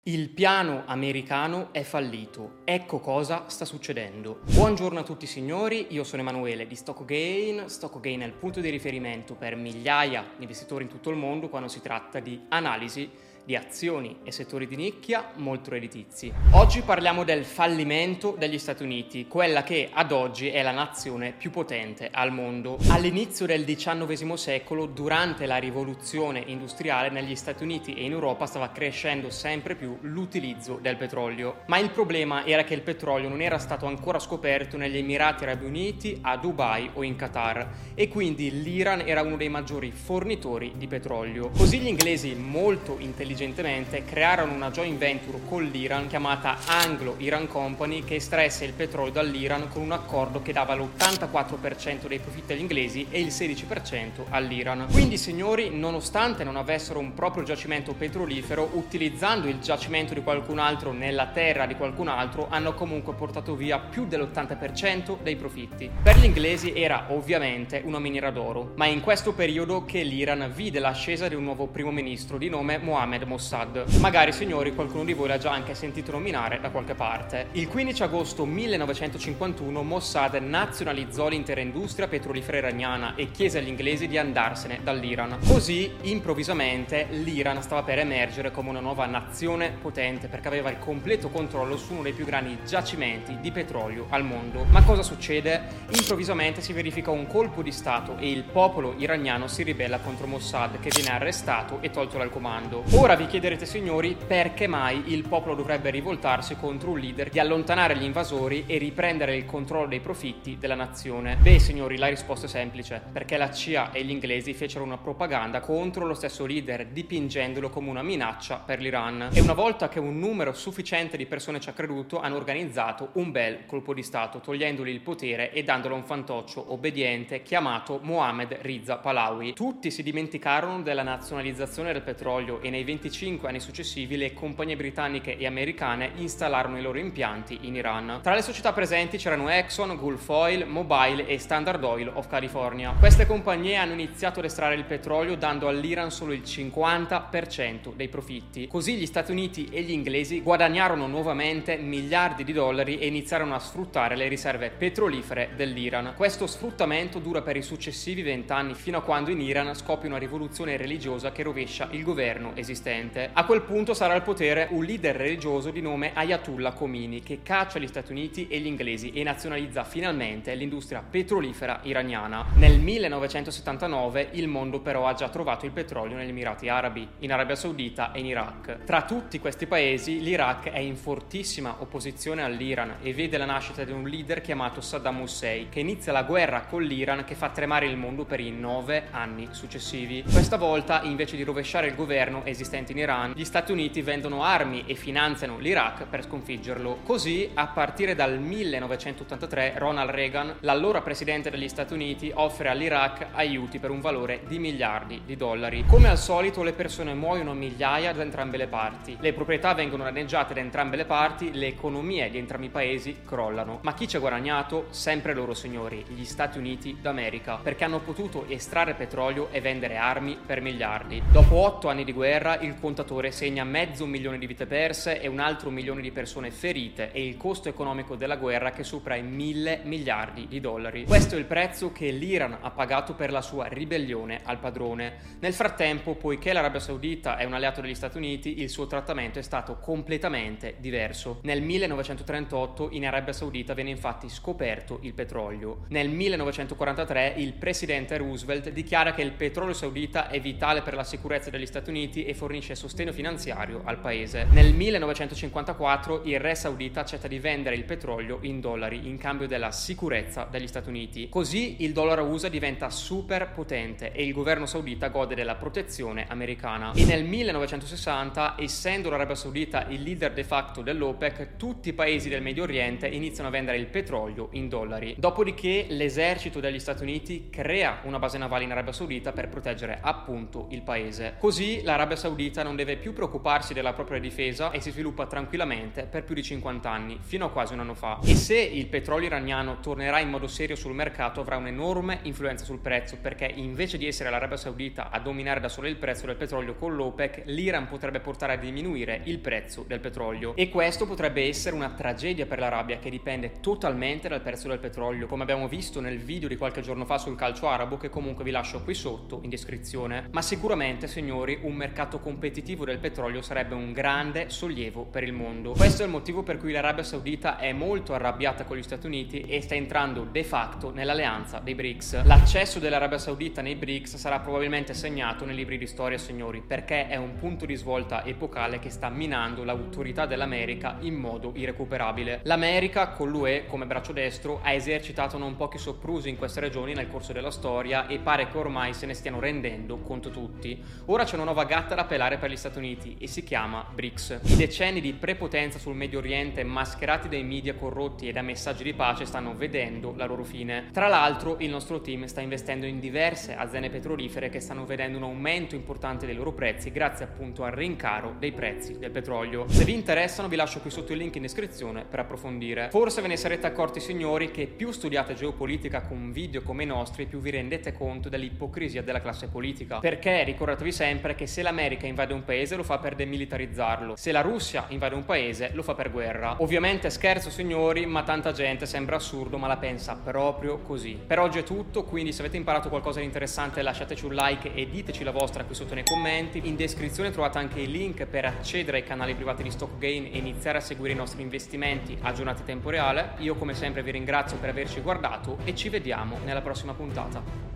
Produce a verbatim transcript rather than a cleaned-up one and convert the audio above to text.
Il piano americano è fallito, ecco cosa sta succedendo. Buongiorno a tutti signori, io sono Emanuele di StockGain. StockGain è il punto di riferimento per migliaia di investitori in tutto il mondo quando si tratta di analisi di azioni e settori di nicchia molto redditizi. Oggi parliamo del fallimento degli Stati Uniti, quella che ad oggi è la nazione più potente al mondo. All'inizio del diciannovesimo secolo, durante la rivoluzione industriale, negli Stati Uniti e in Europa stava crescendo sempre più l'utilizzo del petrolio. Ma il problema era che il petrolio non era stato ancora scoperto negli Emirati Arabi Uniti, a Dubai o in Qatar, e quindi l'Iran era uno dei maggiori fornitori di petrolio. Così gli inglesi, molto intelligenti, intelligentemente crearono una joint venture con l'Iran chiamata Anglo-Iran Company, che estraesse il petrolio dall'Iran con un accordo che dava l'ottantaquattro per cento dei profitti agli inglesi e il sedici per cento all'Iran. Quindi signori, nonostante non avessero un proprio giacimento petrolifero, utilizzando il giacimento di qualcun altro nella terra di qualcun altro, hanno comunque portato via più dell'ottanta per cento dei profitti. Per gli inglesi era ovviamente una miniera d'oro, ma è in questo periodo che l'Iran vide l'ascesa di un nuovo primo ministro di nome Mohammed Mossad. Magari signori qualcuno di voi l'ha già anche sentito nominare da qualche parte. Il quindici agosto millenovecentocinquantuno Mossad nazionalizzò l'intera industria petrolifera iraniana e chiese agli inglesi di andarsene dall'Iran. Così improvvisamente l'Iran stava per emergere come una nuova nazione potente, perché aveva il completo controllo su uno dei più grandi giacimenti di petrolio al mondo. Ma cosa succede? Improvvisamente si verifica un colpo di stato e il popolo iraniano si ribella contro Mossad, che viene arrestato e tolto dal comando. Ora vi chiederete signori perché mai il popolo dovrebbe rivoltarsi contro un leader di allontanare gli invasori e riprendere il controllo dei profitti della nazione. Beh signori, la risposta è semplice: perché la C I A e gli inglesi fecero una propaganda contro lo stesso leader, dipingendolo come una minaccia per l'Iran. E una volta che un numero sufficiente di persone ci ha creduto, hanno organizzato un bel colpo di stato, togliendogli il potere e dandolo a un fantoccio obbediente chiamato Mohammed Riza Pahlavi. Tutti si dimenticarono della nazionalizzazione del petrolio e nei venticinque anni successivi le compagnie britanniche e americane installarono i loro impianti in Iran. Tra le società presenti c'erano Exxon, Gulf Oil, Mobile e Standard Oil of California. Queste compagnie hanno iniziato ad estrarre il petrolio dando all'Iran solo il cinquanta per cento dei profitti. Così gli Stati Uniti e gli inglesi guadagnarono nuovamente miliardi di dollari e iniziarono a sfruttare le riserve petrolifere dell'Iran. Questo sfruttamento dura per i successivi vent'anni, fino a quando in Iran scoppia una rivoluzione religiosa che rovescia il governo esistente. A quel punto sarà al potere un leader religioso di nome Ayatollah Khomeini, che caccia gli Stati Uniti e gli inglesi e nazionalizza finalmente l'industria petrolifera iraniana. Nel millenovecentosettantanove il mondo però ha già trovato il petrolio negli Emirati Arabi, in Arabia Saudita e in Iraq. Tra tutti questi paesi l'Iraq è in fortissima opposizione all'Iran e vede la nascita di un leader chiamato Saddam Hussein, che inizia la guerra con l'Iran che fa tremare il mondo per i nove anni successivi. Questa volta, invece di rovesciare il governo esistente in Iran, gli Stati Uniti vendono armi e finanziano l'Iraq per sconfiggerlo. Così, a partire dal millenovecentottantatré, Ronald Reagan, l'allora presidente degli Stati Uniti, offre all'Iraq aiuti per un valore di miliardi di dollari. Come al solito, le persone muoiono a migliaia da entrambe le parti, le proprietà vengono danneggiate da entrambe le parti, le economie di entrambi i paesi crollano. Ma chi ci ha guadagnato? Sempre loro signori, gli Stati Uniti d'America, perché hanno potuto estrarre petrolio e vendere armi per miliardi. Dopo otto anni di guerra, il contatore segna mezzo milione di vite perse e un altro milione di persone ferite, e il costo economico della guerra che supera i mille miliardi di dollari. Questo è il prezzo che l'Iran ha pagato per la sua ribellione al padrone. Nel frattempo, poiché l'Arabia Saudita è un alleato degli Stati Uniti, il suo trattamento è stato completamente diverso. Nel millenovecentotrentotto in Arabia Saudita viene infatti scoperto il petrolio. Nel millenovecentoquarantatré il presidente Roosevelt dichiara che il petrolio saudita è vitale per la sicurezza degli Stati Uniti e fornisce sostegno finanziario al paese. Nel millenovecentocinquantaquattro il re saudita accetta di vendere il petrolio in dollari in cambio della sicurezza degli Stati Uniti. Così il dollaro U S A diventa super potente e il governo saudita gode della protezione americana. E nel millenovecentosessanta, essendo l'Arabia Saudita il leader de facto dell'OPEC, tutti i paesi del Medio Oriente iniziano a vendere il petrolio in dollari. Dopodiché l'esercito degli Stati Uniti crea una base navale in Arabia Saudita per proteggere appunto il paese. Così l'Arabia Saudita Saudita non deve più preoccuparsi della propria difesa e si sviluppa tranquillamente per più di cinquanta anni, fino a quasi un anno fa. E se il petrolio iraniano tornerà in modo serio sul mercato, avrà un'enorme influenza sul prezzo, perché invece di essere l'Arabia Saudita a dominare da sola il prezzo del petrolio con l'OPEC, l'Iran potrebbe portare a diminuire il prezzo del petrolio. E questo potrebbe essere una tragedia per l'Arabia, che dipende totalmente dal prezzo del petrolio, come abbiamo visto nel video di qualche giorno fa sul calcio arabo, che comunque vi lascio qui sotto in descrizione. Ma sicuramente, signori, un mercato competitivo del petrolio sarebbe un grande sollievo per il mondo. Questo è il motivo per cui l'Arabia Saudita è molto arrabbiata con gli Stati Uniti e sta entrando de facto nell'alleanza dei BRICS. L'accesso dell'Arabia Saudita nei BRICS sarà probabilmente segnato nei libri di storia, signori, perché è un punto di svolta epocale che sta minando l'autorità dell'America in modo irrecuperabile. L'America, con l'U E come braccio destro, ha esercitato non pochi soprusi in queste regioni nel corso della storia e pare che ormai se ne stiano rendendo conto tutti. Ora c'è una nuova gatta da pelare per gli Stati Uniti e si chiama BRICS. I decenni di prepotenza sul Medio Oriente, mascherati dai media corrotti e da messaggi di pace, stanno vedendo la loro fine. Tra l'altro, il nostro team sta investendo in diverse aziende petrolifere che stanno vedendo un aumento importante dei loro prezzi grazie appunto al rincaro dei prezzi del petrolio. Se vi interessano, vi lascio qui sotto il link in descrizione per approfondire. Forse ve ne sarete accorti, signori, che più studiate geopolitica con video come i nostri, più vi rendete conto dell'ipocrisia della classe politica. Perché ricordatevi sempre che se l'America invade un paese lo fa per demilitarizzarlo, se la Russia invade un paese lo fa per guerra. Ovviamente scherzo, signori, ma tanta gente, sembra assurdo, ma la pensa proprio così. Per oggi è tutto, quindi se avete imparato qualcosa di interessante lasciateci un like e diteci la vostra qui sotto nei commenti. In descrizione trovate anche i link per accedere ai canali privati di StockGain e iniziare a seguire i nostri investimenti aggiornati in tempo reale. Io come sempre vi ringrazio per averci guardato e ci vediamo nella prossima puntata.